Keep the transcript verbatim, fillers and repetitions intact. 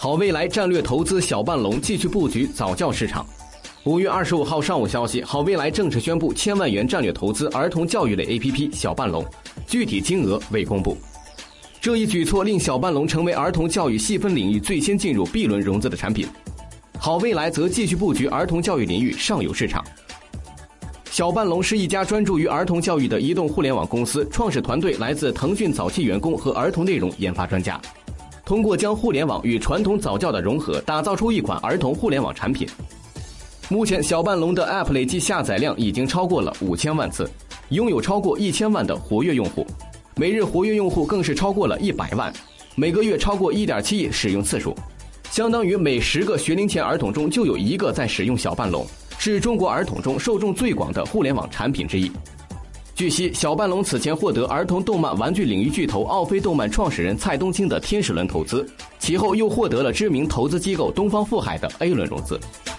好未来战略投资小半龙继续布局早教市场。五月二十五号上午消息，好未来正式宣布千万元战略投资儿童教育类 A P P 小半龙，具体金额未公布。这一举措令小半龙成为儿童教育细分领域最先进入 B 轮融资的产品。好未来则继续布局儿童教育领域上游市场。小半龙是一家专注于儿童教育的移动互联网公司，创始团队来自腾讯早期员工和儿童内容研发专家。通过将互联网与传统早教的融合，打造出一款儿童互联网产品。目前小半龙的 App 累计下载量已经超过了五千万次，拥有超过一千万的活跃用户，每日活跃用户更是超过了一百万，每个月超过 一点七亿使用次数，相当于每十个学龄前儿童中就有一个在使用小半龙，是中国儿童中受众最广的互联网产品之一。据悉，小半龙此前获得儿童动漫玩具领域巨头奥飞动漫创始人蔡东青的天使轮投资，其后又获得了知名投资机构东方富海的 A 轮融资。